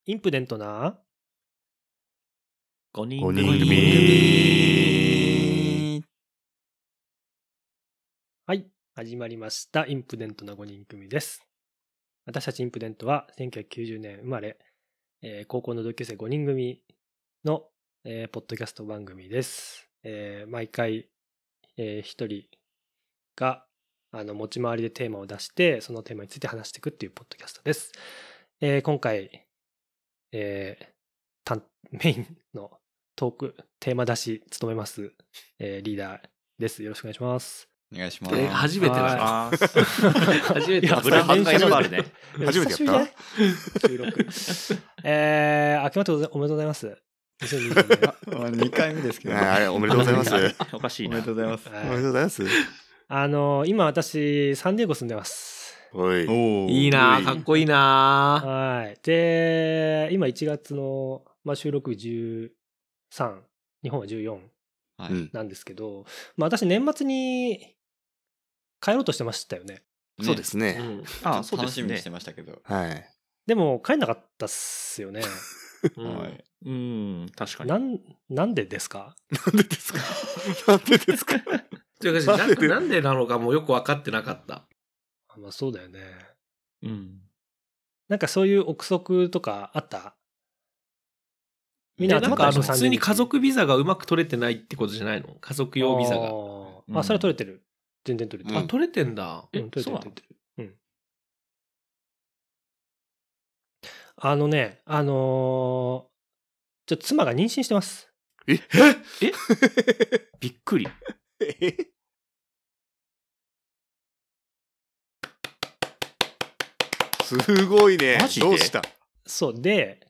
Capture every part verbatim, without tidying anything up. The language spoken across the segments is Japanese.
インプデントなごにんごにん組。 組。 はい、始まりました。インプデントなごにん組です。私たちインプデントはせんきゅうひゃくきゅうじゅうねん生まれ、えー高校の同級生ごにん組の、えーポッドキャスト番組です。えー毎回、えー一人があの持ち回りでテーマを出して、そのテーマについて話していくっていうポッドキャストです。えー今回、えー担メインのトークテーマ出し務めます、えーリーダーです。よろしくお願いします。 お願いします。 え初めてだな。 あー初めてだいやダブルハンがいっぱいあるね。 初めてやった久しぶりじゃない収録。えー、明けましておめでとうございます。にせんにじゅうねんまあにかいめですけど、 ああれおめでとうございます。 おかしいな。 おめでとうございます。 はいおめでとうございます。 あの今私サンディエゴ住んでます。 おい。 おいいなあ、かっこいいなあ。 はい。で今いちがつの、まあ、収録じゅうさん、日本はじゅうよんうんはい。 なんですけど、まあ、私年末に帰ろうとしてましたよね。 そうですね。 うんあ、そうですね楽しみにして。ましたけど。 はい。 でも帰んなかったっすよね。 うんはい。 うん、確かに。 なんなんでですか？ なんでですか。なんでですか。 というか、なんなんでなのかもよく分かってなかった。 あまあそうだよね。 うん。 なんかそういう憶測とかあった？みんなでなんかあの集まったでしょ普通に家族ビザがうまく取れてないってことじゃないの？家族用ビザが。 あーあ、それは取れてる。全然取れてる。 あ、取れてんだ。 うん、取れてそうなのる取れてる。うん。あのね、あのーちょっと妻が妊娠してます。 えびっくり。 えすごいねマ。ジでどうした。 そうで、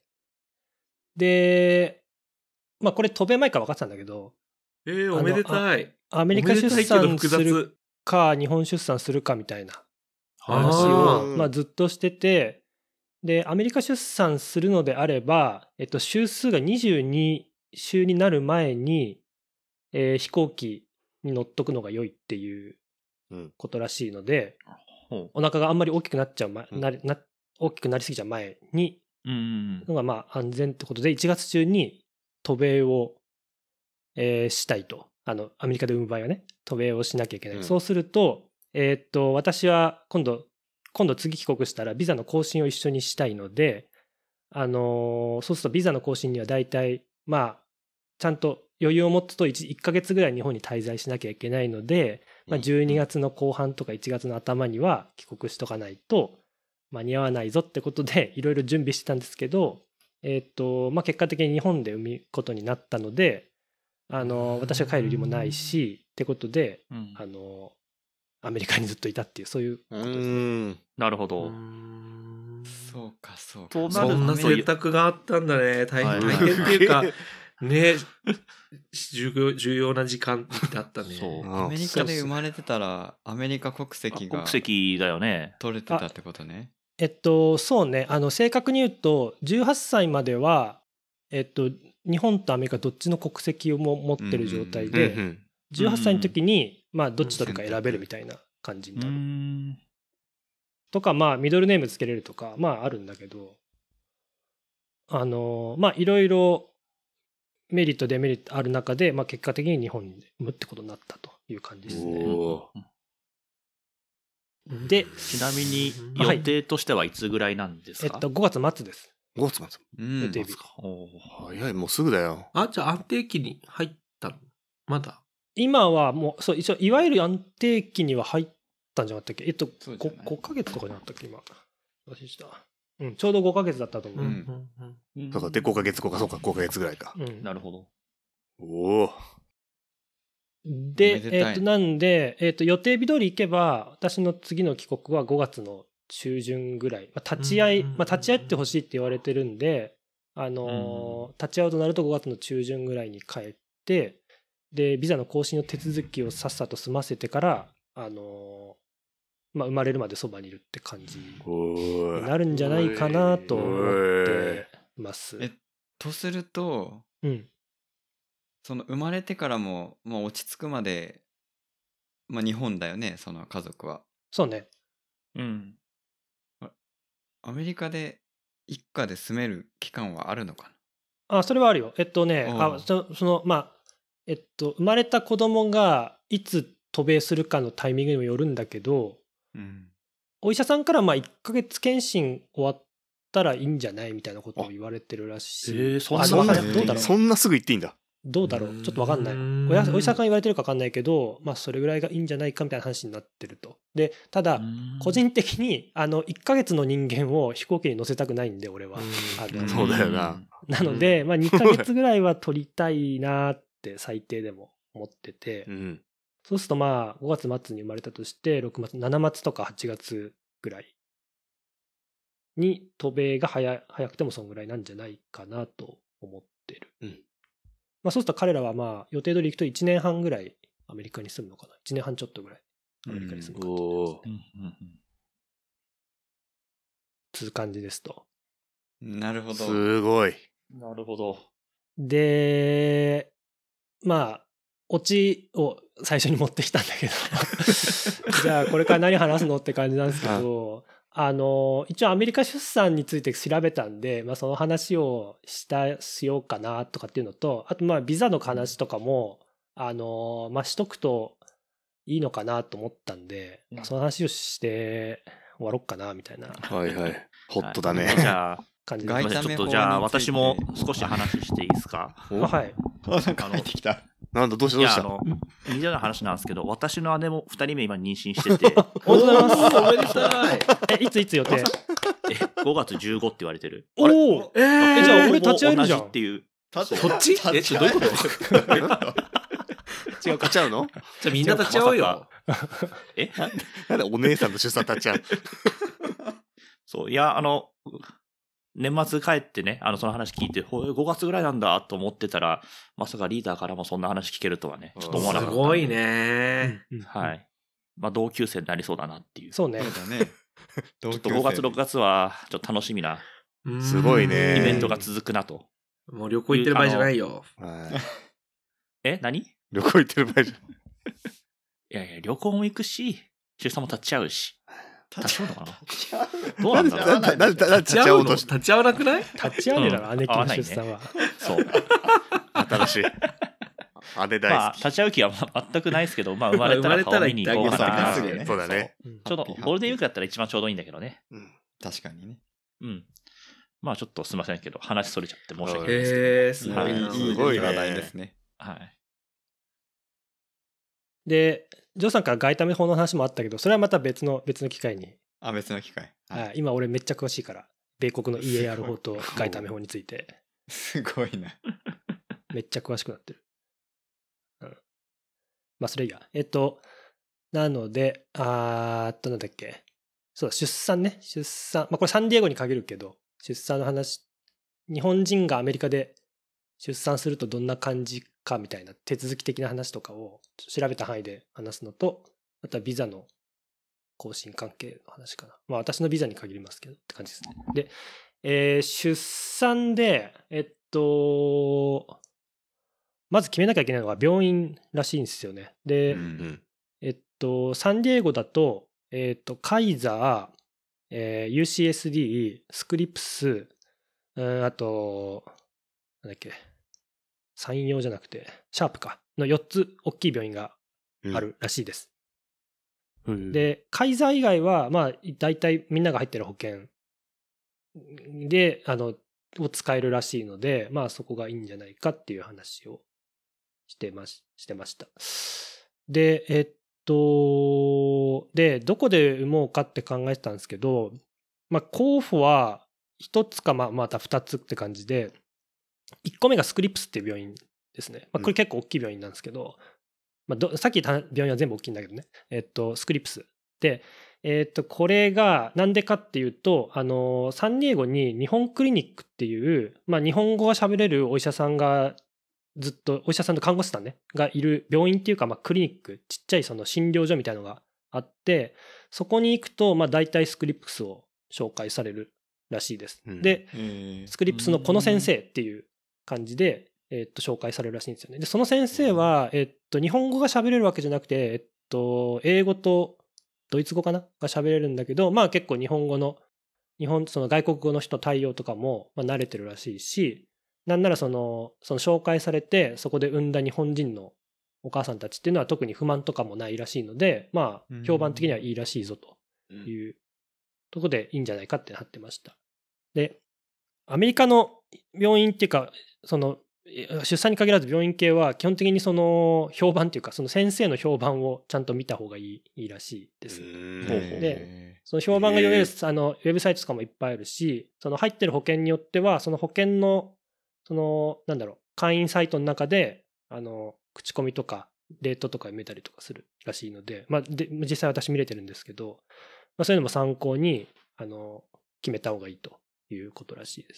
で、まあこれ渡米前から分かってたんだけど、 えー、おめでたい。 アメリカ出おめでたいけど複産する雑。 か、日本出産するかみたいな話あを、まあ、ずっとしてて、で、アメリカ出産するのであれば、えっと、週数がにじゅうに週になる前に、えー飛行機に乗っとくのが良いっていううんことらしいので、 ほお腹があんまり大きくなっちゃう前、 うんなりな大きくなりすぎちゃう前に、 う。うん。 のがまあ安全ってことで、いちがつ中に渡米を、えーしたいと。あの、アメリカで産む場合はね、渡米をしなきゃいけない。 うんそうすると、えーっと、私は今度、今度次帰国したらビザの更新を一緒にしたいので、あのーそうするとビザの更新には大体、まあ、ちゃんと余裕を持つと 1, いっかげつぐらい日本に滞在しなきゃいけないので、まあ、じゅうにがつの後半とかいちがつの頭には帰国しとかないと間に合わないぞってことでいろいろ準備してたんですけど、えーっとまあ、結果的に日本で産むことになったので、あの私が帰る理由もないしってことで、 うんあのアメリカにずっといたっていうそういううことですね。 ーん。 うなるほど。 んそうか、そうか。 となそんなると選択があったんだね。大はい変、大変っていうか、ね、重要、重要な時間だったね。 そうアメリカで生まれてたら、アメリカ国籍が国籍だよね。 取れてたってことね。 えっとそうね、あの正確に言うとじゅうはっさいまでは、えっと、日本とアメリカどっちの国籍をも持ってる状態うんで、 うんじゅうはっさいの時に、まあ、どっち取るか選べるみたいな感じにうなる。 ん。 とか、まあ、ミドルネームつけれるとか、まあ、あるんだけど、あの、まあ、いろいろメリット、デメリットある中で、まあ、結果的に日本に産むってことになったという感じですね。 おで、 ちなみにはい予定としてはいつぐらいなんですか？ えっと、ごがつ末です。 ごがつ末。 うん。 予定日。 おー早い、もうすぐだよ。 あ、じゃあ安定期に入ったの？まだ。 今はもう、そう、一応、いわゆる安定期には入ったんじゃなかったっけ？えっと、 そうじゃご, ないごかげつとかじゃなかったっけ今。忘れした。うん、ちょうどごかげつだったと思う。 うんうんそうか、で、ごかげつ、ごか、そうか、ごかげつぐらいか。 うんなるほど。 おお。 でおめ、でたいえっと、なんで、えっと、予定日通り行けば、私の次の帰国はごがつの中旬ぐらい。まあ、立ち会い、 うんうんうんまあ、立ち会ってほしいって言われてるんで、あのー立ち会うとなるとごがつの中旬ぐらいに帰って、で、ビザの更新の手続きをさっさと済ませてから、あのーまあ、生まれるまでそばにいるって感じおにーなるんじゃないかなと思ってます。 え、とすると、 うん。 その生まれてからも、まあ、落ち着くまで、まあ、日本だよね、その家族は。 そうね。 うん。 アメリカで一家で住める期間はあるのかあ、それはあるよ。えっとね、 おうあそその、まあ、えっと、生まれた子供がいつ渡米するかのタイミングにもよるんだけど、 な。うん。 お医者さんからまあいっかげつ検診終わったらいいんじゃないみたいなことを言われてるらしい。 えーそんなあそんなわかんないどうだろうそんなすぐ行っていいんだ。 どうだろうちょっとわかんない。 うーんおやお医者さんが言われてるかわかんないけど、まあそれぐらいがいいんじゃないかみたいな話になってると。で、ただ、個人的にあのいっかげつの人間を飛行機に乗せたくないんで、俺は。あのそうだよな。 なので、まあにかげつぐらいは取りたいなって最低でも思ってて、 うん。 そうするとまあごがつ末に生まれたとして、ろくがつ、しちがつとかはちがつぐらいに渡米が早い早くてもそんぐらいなんじゃないかなと思ってる。 うんまあそうすると彼らはまあ予定通り行くといちねんはんぐらいアメリカに住むのかな。いちねんはんちょっとぐらいアメリカに住むかっていうおーうんうんつう感じですと。 なるほど。 すごい。 うんなるほど。 で、まあ、オチを最初に持ってきたんだけど、じゃあこれから何話すのって感じなんですけど、あの、一応アメリカ出産について調べたんで、まあその話をしたしようかなとかっていうのと、あとまあビザの話とかも、あの、まあしとくといいのかなと思ったんで、まあその話をして終わろうかなみたいなはいはい。ホットだね。 はいじゃあ、 感じで。 外ちょっ為法とじゃあについて私も少し話していいですか。 あはい。 あ、なんか入ってきた。 なんだ、どうしたいや、 どうしたあの、似たような話なんですけど、私の姉もふたりめ今妊娠してて、 おめでとうございます。 おめでたい。 え、いついつ予定えごがつじゅうごって言われてる。 おおええー、 じゃあ俺ほぼ立ち会えるじゃん同じっていう。 そっちえ、ちょどういうこと違うかちゃうのじゃあみんな立ち会おうよ。 えなんでお姉さんの出産立っちゃうそう、いや、あの、年末帰ってね、あの、その話聞いて、ほごがつぐらいなんだと思ってたら、まさかリーダーからもそんな話聞けるとはね、ちょっと思わなかった。 すごい。ね。 うんは。い。まあ、同級生になりそうだなっていう。 そうね。 そうだね。ちょちょっとごがつ、ろくがつは、ちょっと楽しみなうんすごいねイベントが続くなと。 もう旅行行ってる場合じゃないよ。 はいえ何い旅行行ってる場合じゃやいや、旅行も行くし、出産も立ち会うし。立ち会うのかなちどうなんだろうなんでなんでなんで立ち会おうとして立ち会わなくない立ち会うねだろ、姉貴の出産は。 そう。 新しい。姉大まあ、 好き。 立ち会う気はま全くないですけど、まあ、生まれたら顔見に行こうか生まれたらな。 行ってあげるそうだね。 うんちょうどゴールデンウィークだったら一番ちょうどいいんだけどね。 うん確かにね。 うん。まあ、ちょっとすいませんけど、話それちゃって申し訳ないですけど。 へえ、すごはいいな。 いいすごいね話題ですね。 はい。 で、ジョーさんから外為法の話もあったけど、それはまた別の、別の機会に。 あ、別の機会。はいはい今俺めっちゃ詳しいから、米国の イーエーアール 法と外為法について、 すごいな。 めっちゃ詳しくなってる。うん。まあ、それいいや。えっと、なので、あーっと、なんだっけ。そうだ、出産ね。出産。まあ、これサンディエゴに限るけど、出産の話、日本人がアメリカで出産するとどんな感じかみたいな手続き的な話とかを調べた範囲で話すのと、あとはビザの更新関係の話かな。まあ私のビザに限りますけどって感じですね。で、えー出産で、えっと、まず決めなきゃいけないのが病院らしいんですよね。で、 うんうん。 えっと、サンディエゴだと、えっと、カイザー、えー ユーシーエスディー、スクリプス、うんあと、なんだっけ、山陽じゃなくて、シャープか、のよっつ大きい病院があるらしいです。で、カイザー以外は、まあ、大体みんなが入ってる保険で、あの、を使えるらしいので、まあそこがいいんじゃないかっていう話をしてまし、してました。で、えっと、で、どこで産もうかって考えてたんですけど、まあ候補は一つかまあまた二つって感じで、一個目がスクリプスっていう病院ですね。まあこれ結構大きい病院なんですけど、まあどさっき言った病院は全部大きいんだけどね。えっと、スクリプス。で、えっと、これがなんでかっていうと、あの、サンディエゴに日本クリニックっていう、まあ日本語が喋れるお医者さんがずっと、お医者さんと看護師さんね、がいる病院っていうか、まあクリニック、ちっちゃいその診療所みたいのがあって、そこに行くと、まあ大体スクリプスを紹介されるらしいです。 うんで、 えスクリプスのこの先生っていう感じで、えっと、紹介されるらしいんですよね。で、その先生は、えっと、日本語が喋れるわけじゃなくて、えっと、英語とドイツ語かなが喋れるんだけど、まあ結構日本語の日本、その外国語の人対応とかも、まあ、慣れてるらしいし、なんならその、その紹介されて、そこで産んだ日本人のお母さんたちっていうのは特に不満とかもないらしいので、まあ、評判的にはいいらしいぞというところでいいんじゃないかってなってました。で、アメリカの病院っていうか、その、出産に限らず病院系は基本的にその評判っていうか、その先生の評判をちゃんと見た方がいい、いいらしいです。で、その評判が読めるあのウェブサイトとかもいっぱいあるし、その入ってる保険によっては、その保険の、その、なんだろう、会員サイトの中で、あの、口コミとか、レートとか見たりとかするらしいので、まあ、で実際私見れてるんですけど、まあ、そういうのも参考に、あの、決めた方がいいということらしいです。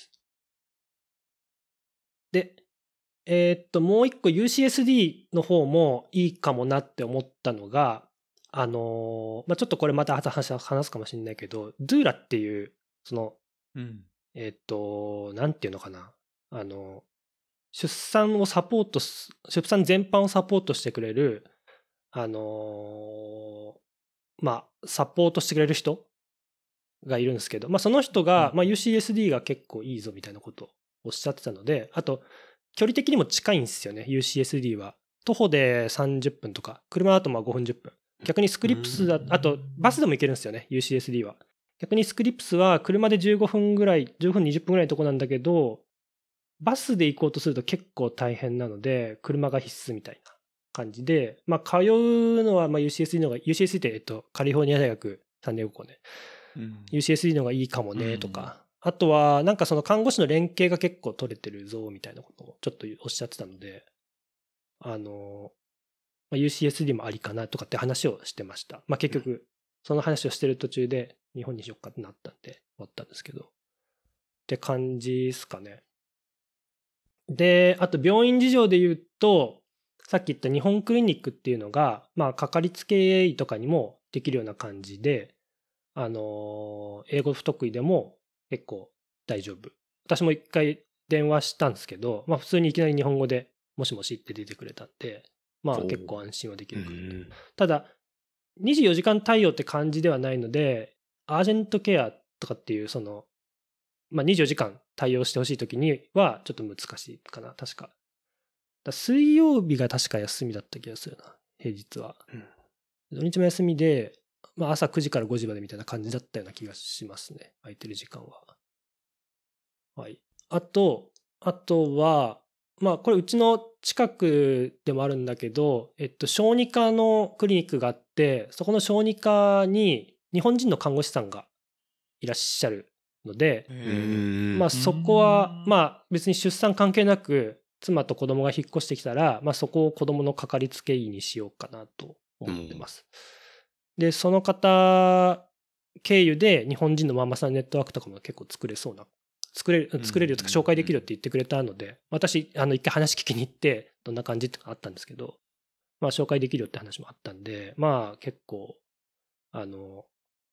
で、えーっと、もう一個 ユーシーエスディー の方もいいかもなって思ったのが、あのー、まあ、ちょっとこれまた話すかもしれないけど、ドゥーラっていう、その、 うん、 えーっと、なんていうのかな、あの、出産をサポートす、出産全般をサポートしてくれる、あのー、まあ、サポートしてくれる人がいるんですけど、まあ、その人が、まあ、ユーシーエスディー が結構いいぞみたいなことをおっしゃってたので、あと、距離的にも近いんですよね、ユーシーエスディー は。徒歩でさんじゅっぷんとか、車だとまあごふんじゅっぷん。逆にスクリプスだ、あとバスでも行けるんですよね、ユーシーエスディー は。逆にスクリプスは車でじゅうごふんぐらい、じゅうごふんにじゅっぷんぐらいのとこなんだけど、バスで行こうとすると結構大変なので、車が必須みたいな感じで、まあ通うのはまあ ユーシーエスディー の方が、ユーシーエスディー ってえっとカリフォルニア大学サンディエゴ校ね、うん、ユーシーエスディー の方がいいかもねとか、うん、あとはなんかその看護師の連携が結構取れてるぞみたいなことをちょっとおっしゃってたので、あの、まあ、ユーシーエスディー もありかなとかって話をしてました。まあ結局その話をしてる途中で日本にしよっかってなったんで終わったんですけど、って感じですかね。で、あと病院事情で言うと、さっき言った日本クリニックっていうのが、まあかかりつけ医とかにもできるような感じで、あの、英語不得意でも結構大丈夫。私も一回電話したんですけど、まあ普通にいきなり日本語でもしもしって出てくれたんで、まあ結構安心はできるかなと。ただ、にじゅうよじかん対応って感じではないので、アージェントケアとかっていうその、まあにじゅうよじかん対応してほしいときにはちょっと難しいかな、確か。だ水曜日が確か休みだった気がするな、平日は。うん、土日も休みで、まあ朝くじからごじまでみたいな感じだったような気がしますね。空いてる時間は。はい。あと、あとは、まあこれうちの近くでもあるんだけど、えっと、小児科のクリニックがあって、そこの小児科に日本人の看護師さんがいらっしゃるので、まあそこは、まあ別に出産関係なく、妻と子供が引っ越してきたら、まあそこを子供のかかりつけ医にしようかなと思ってます。で、その方経由で日本人のママさんネットワークとかも結構作れそうな、作れる、作れるよとか紹介できるよって言ってくれたので、私、あの一回話聞きに行って、どんな感じってあったんですけど、まあ紹介できるよって話もあったんで、まあ結構、あの、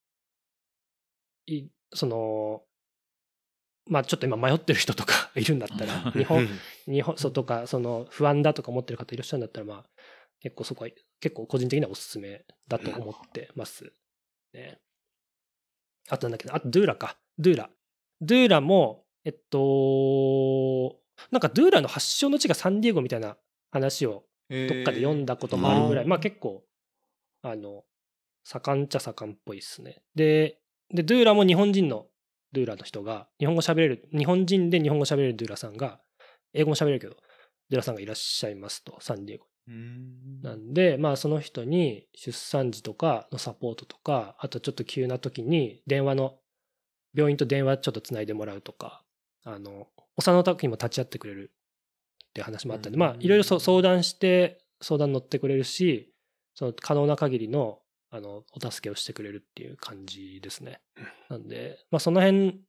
い、その、まあちょっと今迷ってる人とかいるんだったら、日本、日本、そうとか、その不安だとか思ってる方いらっしゃるんだったら、まあ結構そこは、結構個人的にはおすすめだと思ってますね。あとなんだっけど、あとドゥーラか。ドゥーラ。ドゥーラも、えっと、なんかドゥーラの発祥の地がサンディエゴみたいな話をどっかで読んだこともあるぐらい、まあ結構、あの、盛んっちゃ盛んっぽいですね。で、で、ドゥーラも日本人のドゥーラの人が、日本語喋れる、日本人で日本語喋れるドゥーラさんが、英語も喋れるけど、ドゥーラさんがいらっしゃいますと、サンディエゴに。なんで、まあその人に出産時とかのサポートとか、あとちょっと急な時に電話の、病院と電話ちょっとつないでもらうとか、あの、お産の時にも立ち会ってくれるって話もあったんで、まあいろいろ相談して、相談乗ってくれるし、その可能な限りのあの、お助けをしてくれるっていう感じですね。なんで、まあその辺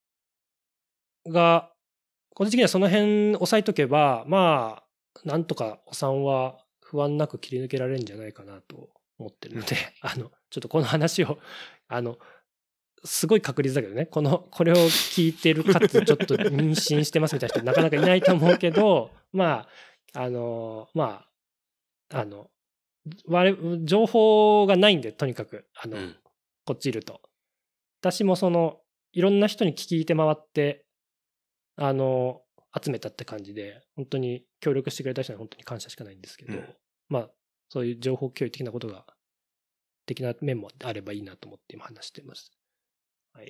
が、個人的にはその辺押さえとけば、まあ、なんとかお産は不安なく切り抜けられるんじゃないかなと思ってるので、あの、ちょっとこの話を、あの、すごい確率だけどね、この、これを聞いてるかつちょっと妊娠してますみたいな人なかなかいないと思うけど、まあ、あの、まあ、あの、我々情報がないんで、とにかく、あの、うん、こっちいると。私もその、 いろんな人に聞いて回ってあの集めたって感じで、本当に協力してくれた人には本当に感謝しかないんですけど、 うんまあそういう情報共有的なことが的な面もあればいいなと思って今話しています。はい。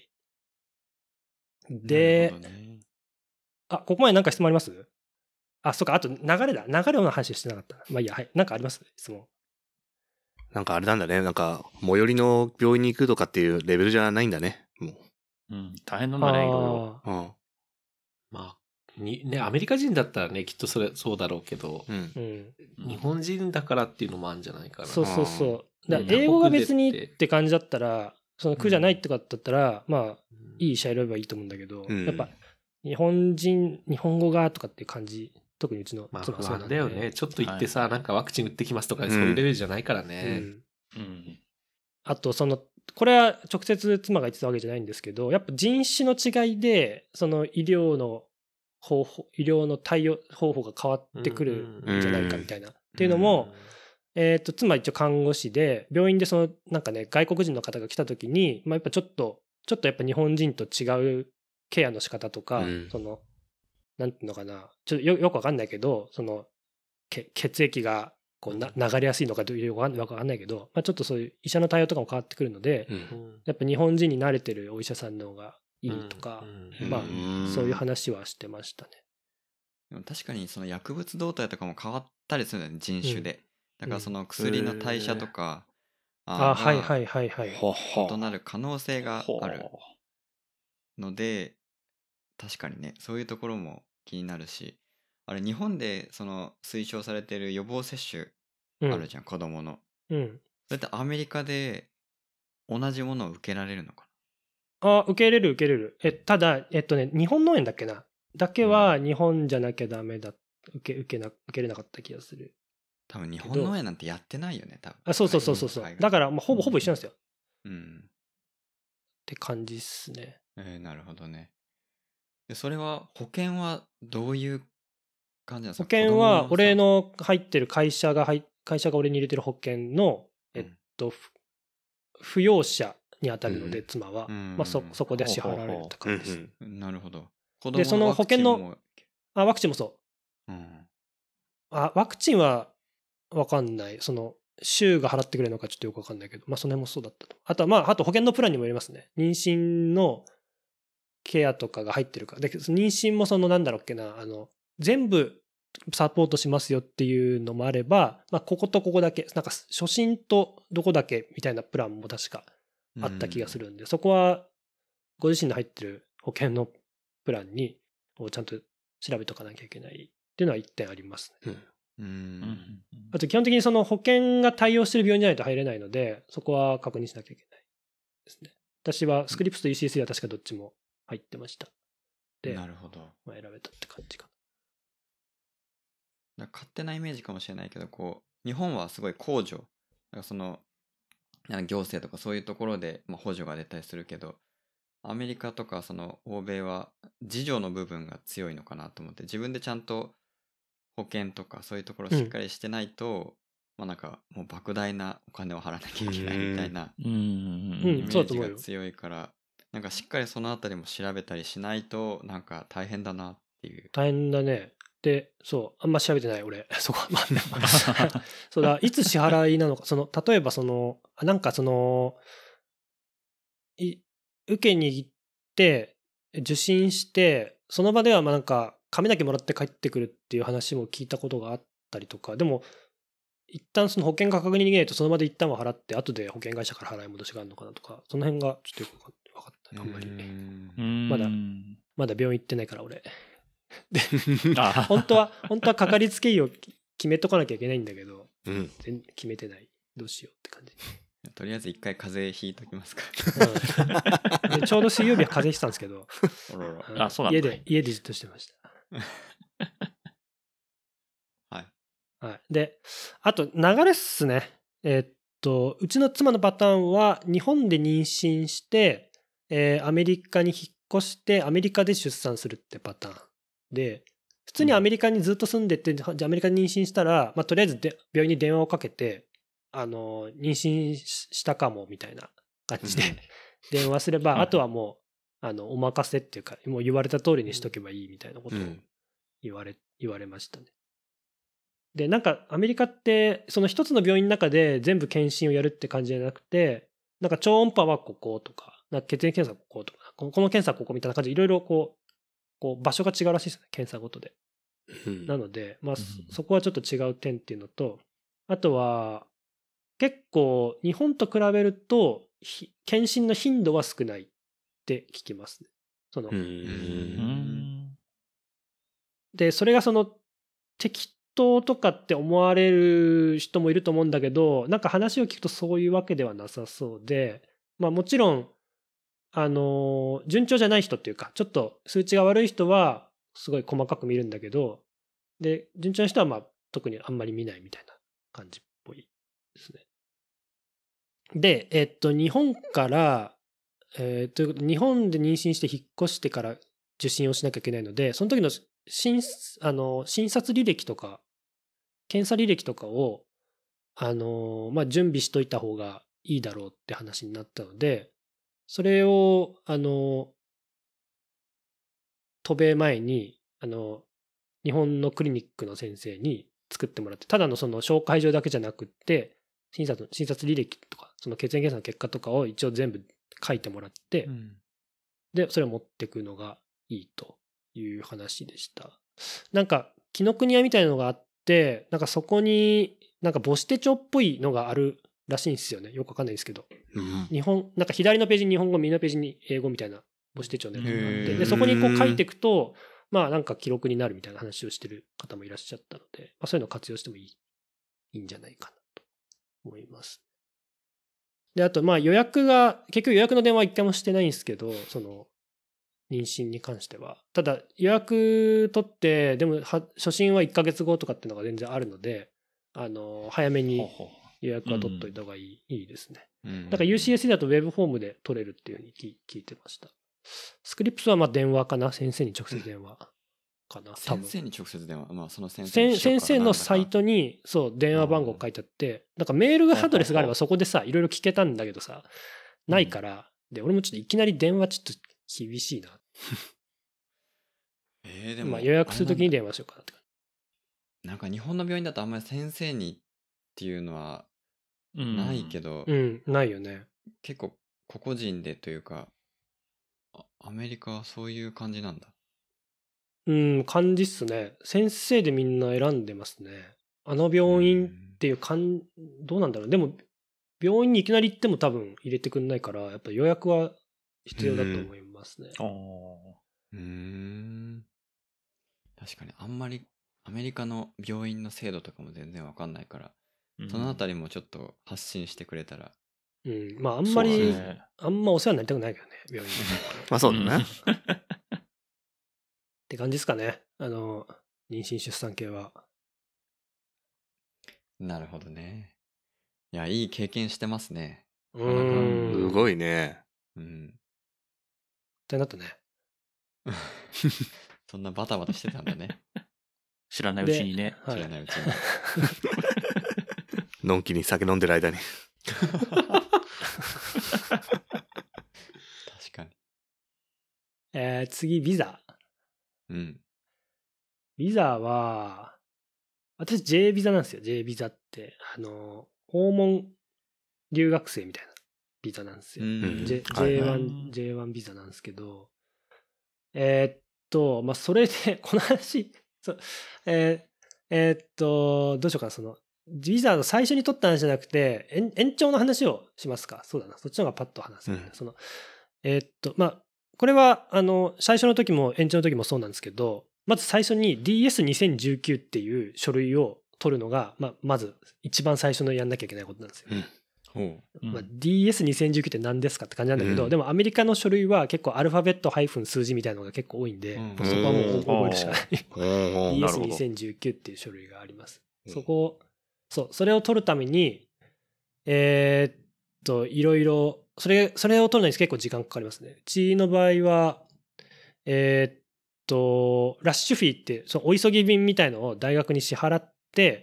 で、 なるほどね、 あ、ここまで何か質問あります？あ、そうか、あと流れだ。流れの話してなかったな。まあいいや、はい。なんかあります？質問。 なんかあれなんだね。なんか、最寄りの病院に行くとかっていうレベルじゃないんだね。もうん、大変なんだね、いろいろ。 あう。うん。 まあ、にね、アメリカ人だったらね、きっとそれ、そうだろうけど、 うんー。うん。 うん日本人だからっていうのもあるんじゃないかな。 そうそうそう。だうん英語が別に他国でってって感じだったら、その苦じゃないってかだったら、まあ、 うんいい医者選べばいいと思うんだけど、 うんやっぱ、日本人、日本語がとかっていう感じ、特にうちのまあ不妻はそうなんで。 安だよね。ちょっと行ってさ、なんかワクチン打ってきますとか、そういうレベルじゃないからうね。 ん。 うん。 あと、その、これは直接妻が言ってたわけじゃないんですけど、やっぱ人種の違いで、その医療の方法、医療の対応方法が変わってくるんじゃないかみたいな。っていうのも、えっと、妻は一応看護師で、病院でその、なんかね、外国人の方が来た時に、まあやっぱちょっと、ちょっとやっぱ日本人と違うケアの仕方とか、 うんその、なんていうのかな、ちょっとよよくわかんないけど、その、け血液がこうな流れやすいのかどういうわかんないけど、まあ、ちょっとそういう医者の対応とかも変わってくるので、 うんうんやっぱ日本人に慣れてるお医者さんの方がいいとか、 うんまあうんそういう話はしてましたね。 でも確かにその薬物動態とかも変わったりするんだよね、人種で。だからその薬の代謝とか、 あ、はいはがいはいはい。 はは異なる可能性があるので、確かにね、そういうところも気になるし、あれ日本でその推奨されてる予防接種うんあるじゃん、子供の。 うん。 それってアメリカで同じものを受けられるのかあ、受け入れる受け入れる。え、ただ、えっとね、日本農園だっけな。だけは日本じゃなきゃダメだ。受け、受けな、受けれなかった気がする。 な。多分日本農園なんてやってないよね、多分。 あ、そうそうそうそうそう。 海外だから、まあ、ほぼほぼ一緒なんですよ。っうん。 て感じっすね。 えー、なるほどね。で、それは保険はどういう感じなんです保か？ 険は、俺子供の入ってる会社が入、会社が俺に入れてる保険の、えっと、ふ扶養者に当たるので、 うん妻は、 うんまあ、そ、そこで支払われるってうんう感じです。 ん。 さんなるほど。子でその供のワクチン保険もあ、ワクチンもそう。 うん。 あ、ワクチンはわかんない。その、州が払ってくれるのかちょっとよくわかんないけど、まあ、その辺もそうだったと。あとは、まあ、あと保険のプランにもよりますね。妊娠のケアとかが入ってるか。で、妊娠もその、なんだろうっけな、あの、全部サポートしますよっていうのもあれば、まあ、こことここだけ、なんか、初診とどこだけみたいなプランも確かあった気がするんで、そこは、ご自身の入ってる保険のプランに、をちゃんと調べとかなきゃいけないっていうのは一点ありますね。 うん。 うんあと基本的にその保険が対応してる病院じゃないと入れないので、そこは確認しなきゃいけないですね。私はスクリプスと イーシーエスイー は確かどっちも入ってました。で、 なるほど。 まあ、選べたって感じかだから勝手なイメージかもしれないけど、こう日本はすごい控除、なんかそのなんか行政とかそういうところで、まあ、補助が出たりするけど、アメリカとかその欧米は自助の部分が強いのかなと思って、自分でちゃんと保険とかそういうところをしっかりしてないと、まあなんかもう莫大なお金を払わなきゃいけないみたいなうんうんうんイメージがそうだと思うよ強いから、なんかしっかりそのあたりも調べたりしないとなんか大変だなっていう。 大変だね。で、そう、あんま調べてない俺。そこは、まあ、そうだ、いつ支払いなのか、その、例えばその、あなんかその、い、受けに行って、受診して、その場ではまあなんか、紙だけもらって帰ってくるっていう話も聞いたことがあったりとか、でも、一旦その保険が確認できないと、その場で一旦は払って、後で保険会社から払い戻しがあるのかなとか、その辺がちょっとよく分かったね、あんまり。 うんまだうんまだ病院行ってないから俺。 あ本当は、本当はかかりつけ医を決めとかなきゃいけないんだけど、 うん。 全決めてない。どうしようって感じ。 とりあえず一回風邪ひいときますか。 うんでちょうど水曜日は風邪ひいてたんですけど、 あららうんあそうなんだ家で、家でじっとしてました。 はい。 はい。で、あと流れっすね。えーっと、うちの妻のパターンは、日本で妊娠して、えーアメリカに引っ越して、アメリカで出産するってパターン。で、普通にアメリカにずっと住んでて、じゃあアメリカに妊娠したら、まあ、とりあえずで病院に電話をかけて、あの、妊娠したかも、みたいな感じで、電話すれば、あとはもあのお任せっていうかもう言われた通りにしとけばいいみたいなことをうん言われ、言われましたね。でなんかアメリカってその一つの病院の中で全部検診をやるって感じじゃなくて、なんか超音波はこことか、なんか血液検査はこことか、このこの検査はここみたいな感じでいろいろこうこう場所が違うらしいですよね、検査ごとで。 うんなので、まあ、そうんそこはちょっと違う点っていうのと、あとは結構日本と比べるとひ検診の頻度は少ないって聞きますね。そのうんうんでそれがその適当とかって思われる人もいると思うんだけど、なんか話を聞くとそういうわけではなさそうで、まあもちろんあの順調じゃない人っていうかちょっと数値が悪い人はすごい細かく見るんだけど、で順調な人はまあ特にあんまり見ないみたいな感じっぽいですね。でえっと日本からえーということで日本で妊娠して引っ越してから受診をしなきゃいけないので、その時の診あの診察履歴とか検査履歴とかをあの、まあ、準備しといた方がいいだろうって話になったので、それをあの渡米前にあの日本のクリニックの先生に作ってもらって、ただのその紹介状だけじゃなくって診察診察履歴とかその血液検査の結果とかを一応全部書いてもらって、 うんでそれを持ってくのがいいという話でした。なんか紀ノ国屋みたいなのがあって、なんかそこになんか母子手帳っぽいのがあるらしいんですよね。よくわかんないですけど、 うん日本なんか左のページに日本語、右のページに英語みたいな母子手帳のやつがあって、 へーでそこにこう書いていくとまあなんか記録になるみたいな話をしてる方もいらっしゃったので、まあ、そういうのを活用してもいいいいんじゃないかなと思います。であとまあ予約が結局予約の電話は一回もしてないんですけど、その妊娠に関してはただ予約取ってでもは初診はいっかげつごとかっていうのが全然あるので、あの早めにほうほう予約は取っといた方がいい,、いいですね。 うんだから ユーシーエス だとウェブフォームで取れるっていうふうに聞聞いてました。スクリプスはまあ電話かな、先生に直接電話かな、多分先生に直接電話、まあその先生先にしようかな先生のサイトにそう電話番号書いてあって、なんかメールアドレスがあればそこでさいろいろ聞けたんだけどさないから、で俺もちょっといきなり電話ちょっと厳しいな、 えーでもまあ予約するときにあれ電話しようかなって感なんかなんか日本の病院だとあんまり先生にっていうのはうんないけど、 じ。うんないよね。 結構個々人でというかあアメリカはそういう感じなんだ。 うん感じっすね。先生でみんな選んでますね。あの病院っていう感どうなんだろう。でも病院にいきなり行っても多分入れてくんないから、やっぱ予約は必要だと思いますね。 あーうーん確かにあんまりアメリカの病院の制度とかも全然わかんないから、 うんそのあたりもちょっと発信してくれたら。 うん、まああんまそうり、 だねあんまお世話になりたくないけどね、病院で。 まあそうだね。 って感じですかね。あの、妊娠出産系は。 なるほどね。いや、いい経験してますね。 うなかなかーん。 すい。 ごいね。 うん。 ってなったね。 そんなバタバタしてたんだね。 知らないうちにね。 はい知らないうちに。 のんきに酒飲んでる間に。 確かに。 えー次、ビザ。 うん。 ビザは、私 J ビザなんですよ。J ビザって。あの、訪問留学生みたいなビザなんですよ。 うん J- はいはい J1、ジェイワン ビザなんですけど、えーっと、まあ、それで、この話、そうえーえーっと、どうしようかな、その、ビザの最初に取った話じゃなくて、延延長の話をしますか。そうだな、そっちの方がパッと話す、 うんその、えーっと、まあ、これは、あの、最初の時も延長の時もそうなんですけど、まず最初に ディーエスにせんじゅうきゅう っていう書類を取るのが、まあ、まず一番最初のやんなきゃいけないことなんですよ。 うんほう。 うんまあ、ディーエスにせんじゅうきゅう って何ですかって感じなんだけど、 うんでもアメリカの書類は結構アルファベットハイフン数字みたいなのが結構多いんで、 うんそこはもう覚えるしかない。 おーディーエスなるほどにせんじゅうきゅう っていう書類があります。 うんそこを、そう、それを取るために、えーっと、いろいろ、それ、それを取るのに結構時間かかりますね。うちの場合は、えーっと、ラッシュフィーって、そのお急ぎ便みたいのを大学に支払って、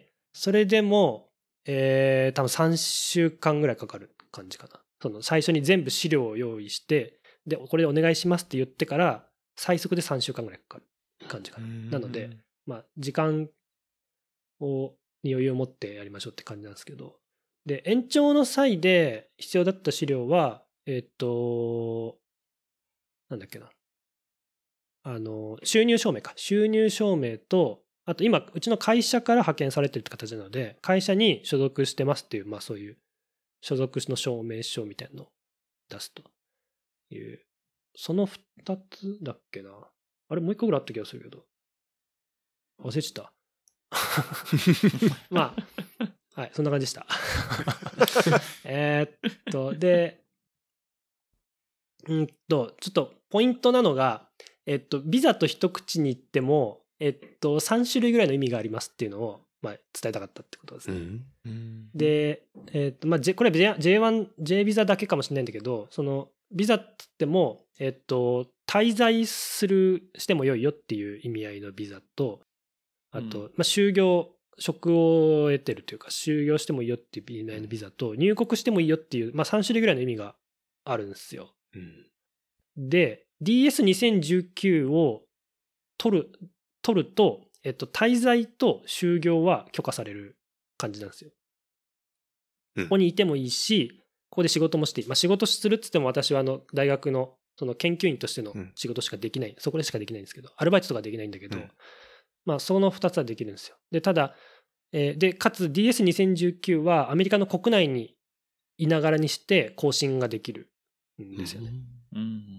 それでも、えー、多分さんしゅうかんぐらいかかる感じかな。その最初に全部資料を用意して、 でこれでお願いしますって言ってから最速でさんしゅうかんぐらいかかる感じかな。なので、まあ、時間をに余裕を持ってやりましょうって感じなんですけど、で延長の際で必要だった資料はえっとなんだっけなあの収入証明か収入証明と、あと今うちの会社から派遣されてるって形なので会社に所属してますっていう、まあそういう所属の証明書みたいなのを出すという、そのふたつだっけな。あれもういっこぐらいあった気がするけど忘れちゃったまあはいそんな感じでしたえーっとでうんとちょっとポイントなのが、えっとビザと一口に言ってもえっとさん種類ぐらいの意味がありますっていうのを、まあ、伝えたかったってことですね。 うん、 で、えっとまあ、J、これ ジェイワン、J ビザだけかもしれないんだけど、そのビザって言っても、えっと、滞在するしてもよいよっていう意味合いのビザと、あと、うんまあ、就業職を得てるというか就業してもいいよっていう意味合いのビザと入国してもいいよっていう、まあ、さん種類ぐらいの意味があるんですよ。うん、で ディーエスにせんじゅうきゅう を取る取ると、えっと、滞在と就業は許可される感じなんですよ。うん、ここにいてもいいしここで仕事もしていい、まあ、仕事するっつっても私はあの大学のその研究員としての仕事しかできない、うん、そこでしかできないんですけどアルバイトとかできないんだけど、うんまあ、そのふたつはできるんですよ。でただ、えー、でかつ ディーエスにせんじゅうきゅう はアメリカの国内にいながらにして更新ができるんですよね。うんうん、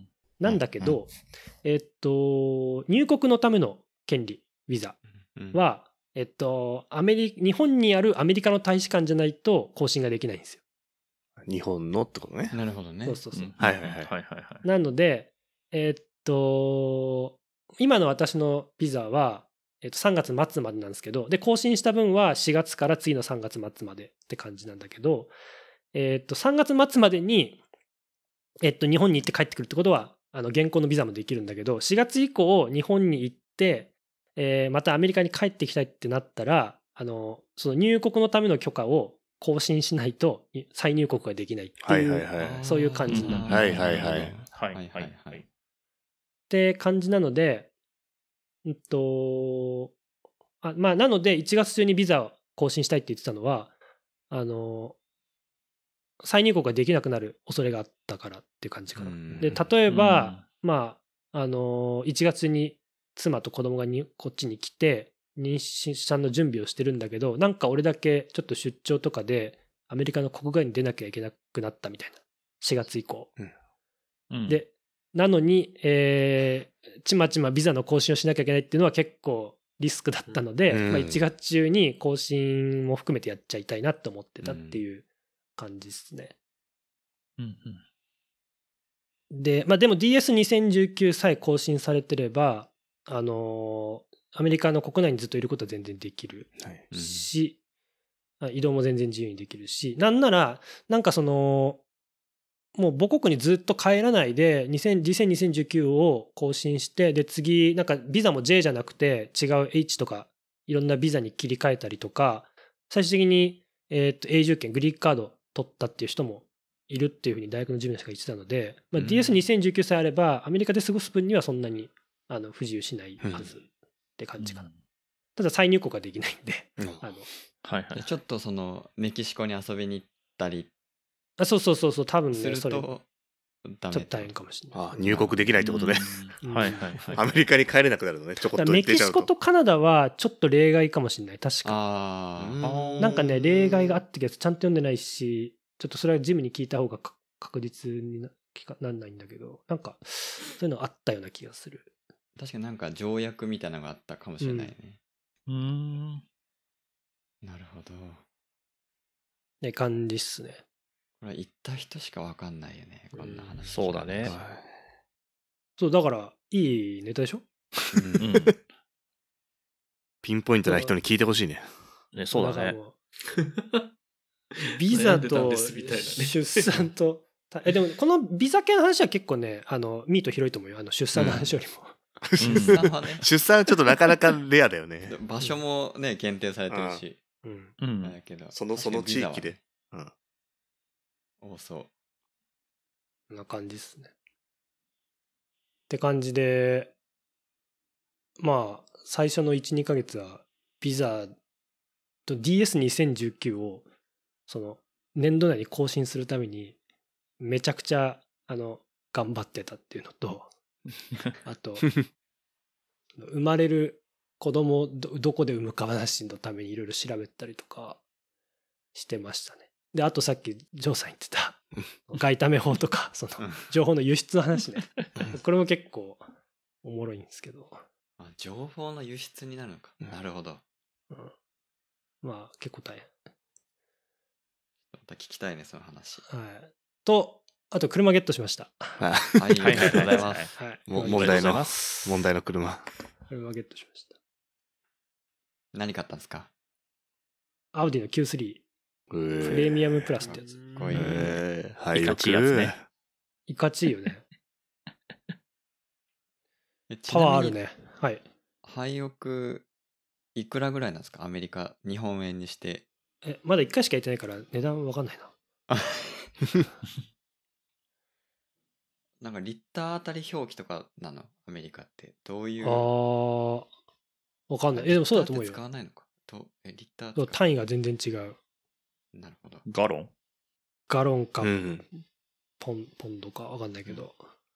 なんだけど、うん、えー、っと入国のための権利ビザは、うん、えっとアメリ日本にあるアメリカの大使館じゃないと更新ができないんですよ。 日本のってことね。 なるほどね。 そうそうそう。 はいはいはいはい。 なのでえー、っと今の私のビザは、えっと、さんがつ末までなんですけど、で更新した分はしがつから次のさんがつ末までって感じなんだけど、えっとさんがつ末までにえっと日本に行って帰ってくるってことはあの現行のビザもできるんだけど、しがつ以降日本に行ってえー、またアメリカに帰ってきたいってなったらあのその入国のための許可を更新しないと再入国ができないっていう、はいはいはい、そういう感じになる。 はいはいはいはいはいはいって感じなので、うんとあまあなのでいちがつ中にビザを更新したいって言ってたのはあの再入国ができなくなる恐れがあったからっていう感じかな。で例えばまああのいちがつに妻と子供がにこっちに来て妊娠産の準備をしてるんだけど、なんか俺だけちょっと出張とかでアメリカの国外に出なきゃいけなくなったみたいなしがつ以降、うん、でなのに、えー、ちまちまビザの更新をしなきゃいけないっていうのは結構リスクだったので、うんまあ、いちがつ中に更新も含めてやっちゃいたいなと思ってたっていう感じですね。うんうん、で、まあ、でも ディーエスにせんじゅうきゅう さえ更新されてればあのー、アメリカの国内にずっといることは全然できるし、はいうん、移動も全然自由にできるし、なんならなんかそのもう母国にずっと帰らないでにせんにせんじゅうきゅうを更新して、で次なんかビザも J じゃなくて違う H とかいろんなビザに切り替えたりとか、最終的に、えー、と永住権グリーンカード取ったっていう人もいるっていうふうに大学の授業者が言ってたので、まあ、ディーエスにせんじゅうきゅう さえあればアメリカで過ごす分にはそんなにあの不自由しないはずって感じかな。うん、ただ再入国はできないんで、うん、あのはいはい、ちょっとそのメキシコに遊びに行ったりあそうそうそうそう多分ねするとそれちょっと大変かもしれない。 あ入国できないってことね。 うん、はいはいはい。 アメリカに帰れなくなるのね。ちょこっとメキシコとカナダはちょっと例外かもしれない。確か。あなんかね例外があったけどちゃんと読んでないし、ちょっとそれはジムに聞いた方が確実に な, なんないんだけど、なんかそういうのあったような気がする。 確かになんか条約みたいなのがあったかもしれないね。うん。うーんなるほど。 ね感じっすね。 これ行った人しか分かんないよね、こんな話。 そうだね。 そうだからいいネタでしょ。うん、 ピンポイントな人に聞いてほしいね。 ねそうだね。 ビザと出産とえでもこのビザ系の話は結構ねあのミート広いと思うよ。あの出産の話よりも。 うん、出産はね。出産はちょっとなかなかレアだよね。 場所もね限定されてるし。 うんうん。だけどそのその地域で。うん。 多そう。 こんな感じですね。 って感じで、まあ最初のいち、にかげつはビザと ディーエスにせんじゅうきゅう をその年度内に更新するためにめちゃくちゃあの頑張ってたっていうのと、あと生まれる子供を ど, どこで産むか話のためにいろいろ調べたりとかしてましたね。であとさっきジョーさん言ってた外為法とかその情報の輸出の話ねこれも結構おもろいんですけど、 あ、情報の輸出になるのか、 うんなるほど。 うん、まあ結構大変。 また聞きたいねその話。 はい。とあと車ゲットしました。 ははい、ありがとうございます。 はい。 いも車問題のありがとうございます問題の車。 車ゲットしました。 何買ったんですか？ アウディの キュースリーププレミアムプラスってやつ。 すごいね。 えー、はい、 いかよくちいやつねいかちいよね。 えちパワーあなみにるね。はい。 廃屋いくらぐらいなんですか？アメリカ日本円にして。 えまだいっかいしか行ってないから値段わかんないな。 なんかリッターあたり表記とかなの？アメリカってどういう。 あーわかんない。えでもそうだと思うよリッターって使。わないのかとえリッターそう使う単位が全然違う。 なるほど。 ガロンガロンかうんポンポンドかわかんないけど。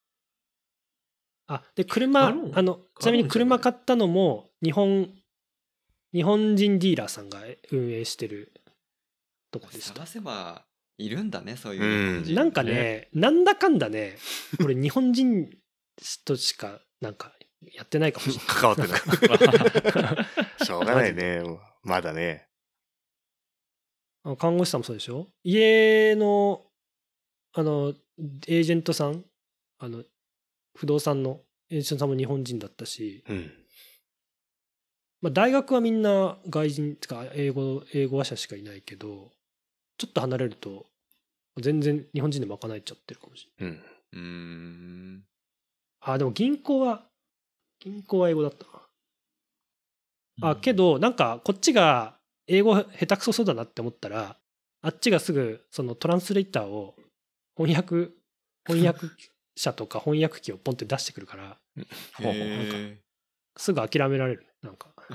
あでガ車ロンあのちなみに車買ったのも日本日本人ディーラーさんが運営してるとこでした。 探せばいるんだねそういううん日本人。 なんかね、なんだかんだね、俺日本人としかなんかやってないかもしれない。 関わってないしょうがないねもうまだね。 あ看護師さんもそうでしょ？家のあのエージェントさん、あの不動産のエージェントさんも日本人だったし、 うんまあ、大学はみんな外人つか英語英語話者しかいないけど、ちょっと離れると全然日本人で賄えちゃってるかもしれない。 うんうーん。 あでも銀行は銀行は英語だったな。あけどなんかこっちが英語下手くそそうだなって思ったら、あっちがすぐそのトランスレーターを翻訳翻訳者とか翻訳機をポンって出してくるからほうほうへすぐ諦められる。なんかうん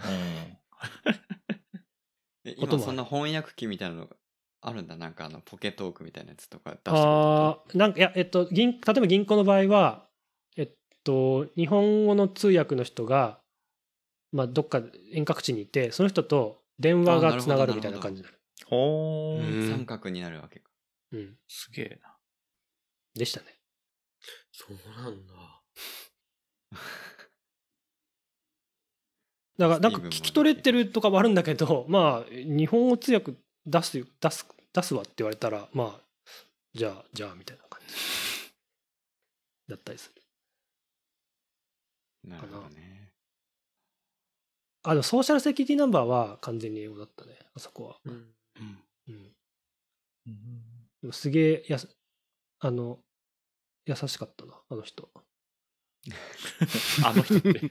えこともある今そんな翻訳機みたいなのがあるんだ。なんかあのポケトークみたいなやつとか出してくるあーなんかいやえっと銀例えば銀行の場合はえっと日本語の通訳の人がまあどっか遠隔地にいてその人と電話がつながるみたいな感じになる。 ほーうん三角になるわけか。 うんすげえな。 でしたね。 そうなんだ。 だからなんかスティーブンも聞き取れてるとかもあるんだけど、まあ日本語通訳出す出す出すわって言われたらまあじゃあじゃあみたいな感じだったりする。 なるほどね。 あでもソーシャルセキュリティナンバーは完全に英語だったねあそこは。 うん。 うん。でもすげえやすあの優しかったなあの人。 あの人って。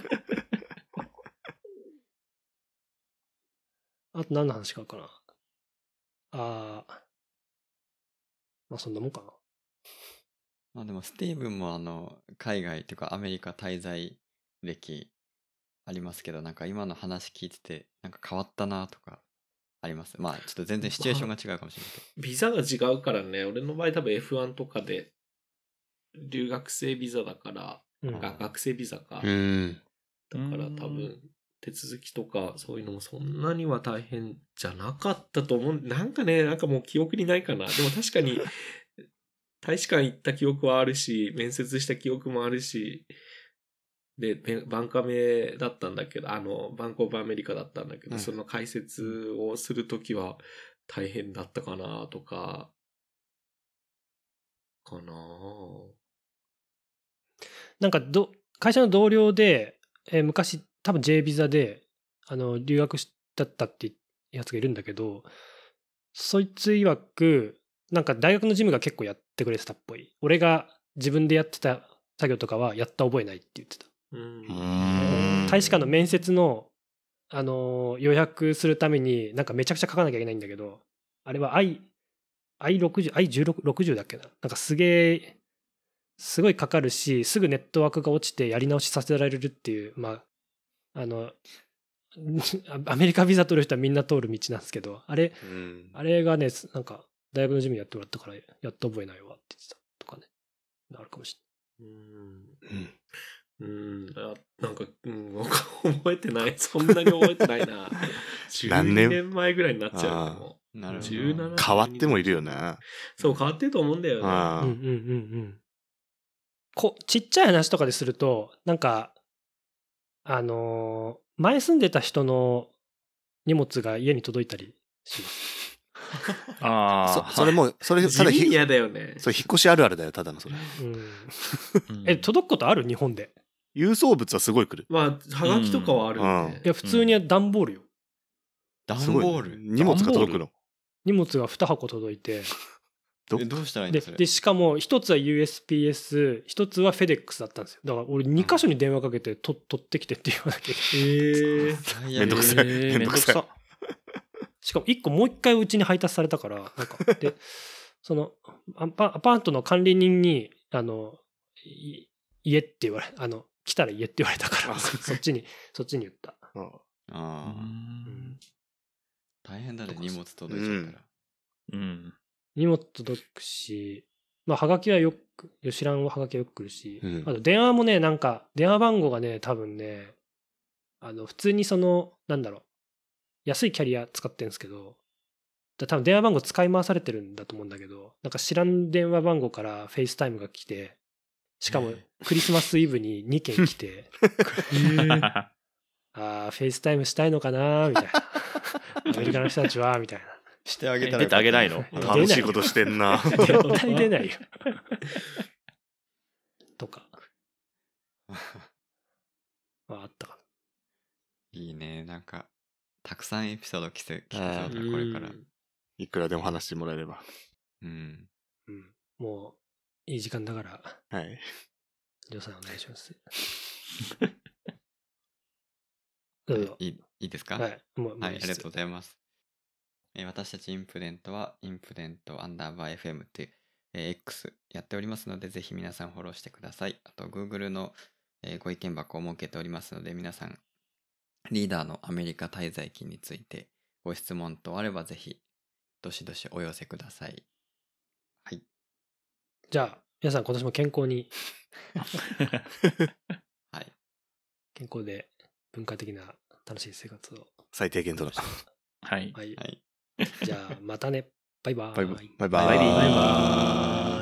あと何の話かかな。ああまあそんなもんかな。 まあでもスティーブンもあの海外というかアメリカ滞在歴ありますけど、なんか今の話聞いててなんか変わったなとかあります。まあちょっと全然シチュエーションが違うかもしれないけど。 ビザが違うからね。俺の場合多分 エフワン とかで留学生ビザだから、 うんが学生ビザか。 うんだから多分手続きとかそういうのもそんなには大変じゃなかったと思う。なんかね、なんかもう記憶にないかな。でも確かに大使館行った記憶はあるし、面接した記憶もあるし、で、べバンカメだったんだけど、あの、バンコブアメリカだったんだけど、 うんその解説をするときは大変だったかなとか、かななんかど会社の同僚で、えー昔多分 J ビザであの留学だったってやつがいるんだけど、そいつ曰くなんか大学の事務が結構やってくれてたっぽい。俺が自分でやってた作業とかはやった覚えないって言ってた。 うん。 うん大使館の面接の、あのー予約するためになんかめちゃくちゃ書かなきゃいけないんだけど、あれは アイアイろくじゅう、アイじゅうろく、ろくじゅうだっけな、なんかすげえすごいかかるし、すぐネットワークが落ちてやり直しさせられるっていう、まあ、あの、アメリカビザ取る人はみんな通る道なんですけど、あれ、 うん。 あれがね、なんか、大学の授業やってもらったから、やっと覚えないわって言ってたとかね、あるかもしうん。 うんうん。あなんか、うん、覚えてない。そんなに覚えてないな。 何 12 年年前ぐらいになっちゃうあーよもう。 なるほど。 じゅうなな変わってもいるよな。 そう、変わってると思うんだよね。 あれない。うんうんうんうん。こちっちゃい話とかですると、なんか、あのー前住んでた人の荷物が家に届いたりします。 ああ。 そそれもう、それ、ただひ、 地味に嫌だよね。 それ引っ越しあるあるだよ、ただのそれ。 うん、 うんえ、届くことある日本で。 郵送物はすごい来る。 まあ、はがきとかはあるよね。 いや、普通に段ボールよ。 段すごいボール。 荷物が届くの。 荷物がに箱届いて、 どえどうしたらいいんで、 だそれ。 でしかも一つは ユーエスピーエス、一つはフェデックスだったんですよ。だから俺に箇所に電話かけてと取ってきてって言わなきゃいけない。 ええ。 最悪めんどくさいえーめんどくさいめんどしかもいっこもういっかいうちに配達されたから、なんか、で、そのアパアパートの管理人に、あの、い家って言われ、あの、来たら家って言われたから、 あそっちに、そっちに言った。 うんあうあ、 ん大変だね、荷物届いちゃったら。 うん。 荷物届くし、まあ、はがきはよく、吉蘭ははがきはよく来るし、 うんあと電話もね、なんか、電話番号がね、多分ね、あの、普通にその、なんだろう、安いキャリア使ってるんですけど、だ多分電話番号使い回されてるんだと思うんだけど、なんか知らん電話番号からフェイスタイムが来て、しかもクリスマスイブににけん来て、ああ、フェイスタイムしたいのかなみたいな。アメリカの人たちは、みたいな。 してあげたら出てあげないのえ楽しいことしてんな。 絶対出ないよ。とか。まあ、あったかいいね、なんか、たくさんエピソード聞せ聞けそうだ、これから。 いくらでも話してもらえれば。 うん。 な。うん。もう、いい時間だから、 はい。 ジョーさんお願いします。どうぞ。 いいいいですかはい。もう、もうはい、あいいっすりがとうございます。えー私たちインプデントは、インプデントアンダーバー エフエム っていう、えー X やっておりますので、ぜひ皆さんフォローしてください。あと、Google の、えーご意見箱を設けておりますので、皆さん、リーダーのアメリカ滞在期についてご質問等あれば、ぜひ、どしどしお寄せください。はい。 じゃあ、皆さん今年も健康に、 はい。 健康で文化的な楽しい生活を。 最低限との。 はい。 はい。 はい。 じゃあ、またね。バイバーイ。 バイバイ。バイバイビーバイ。 バイバーイ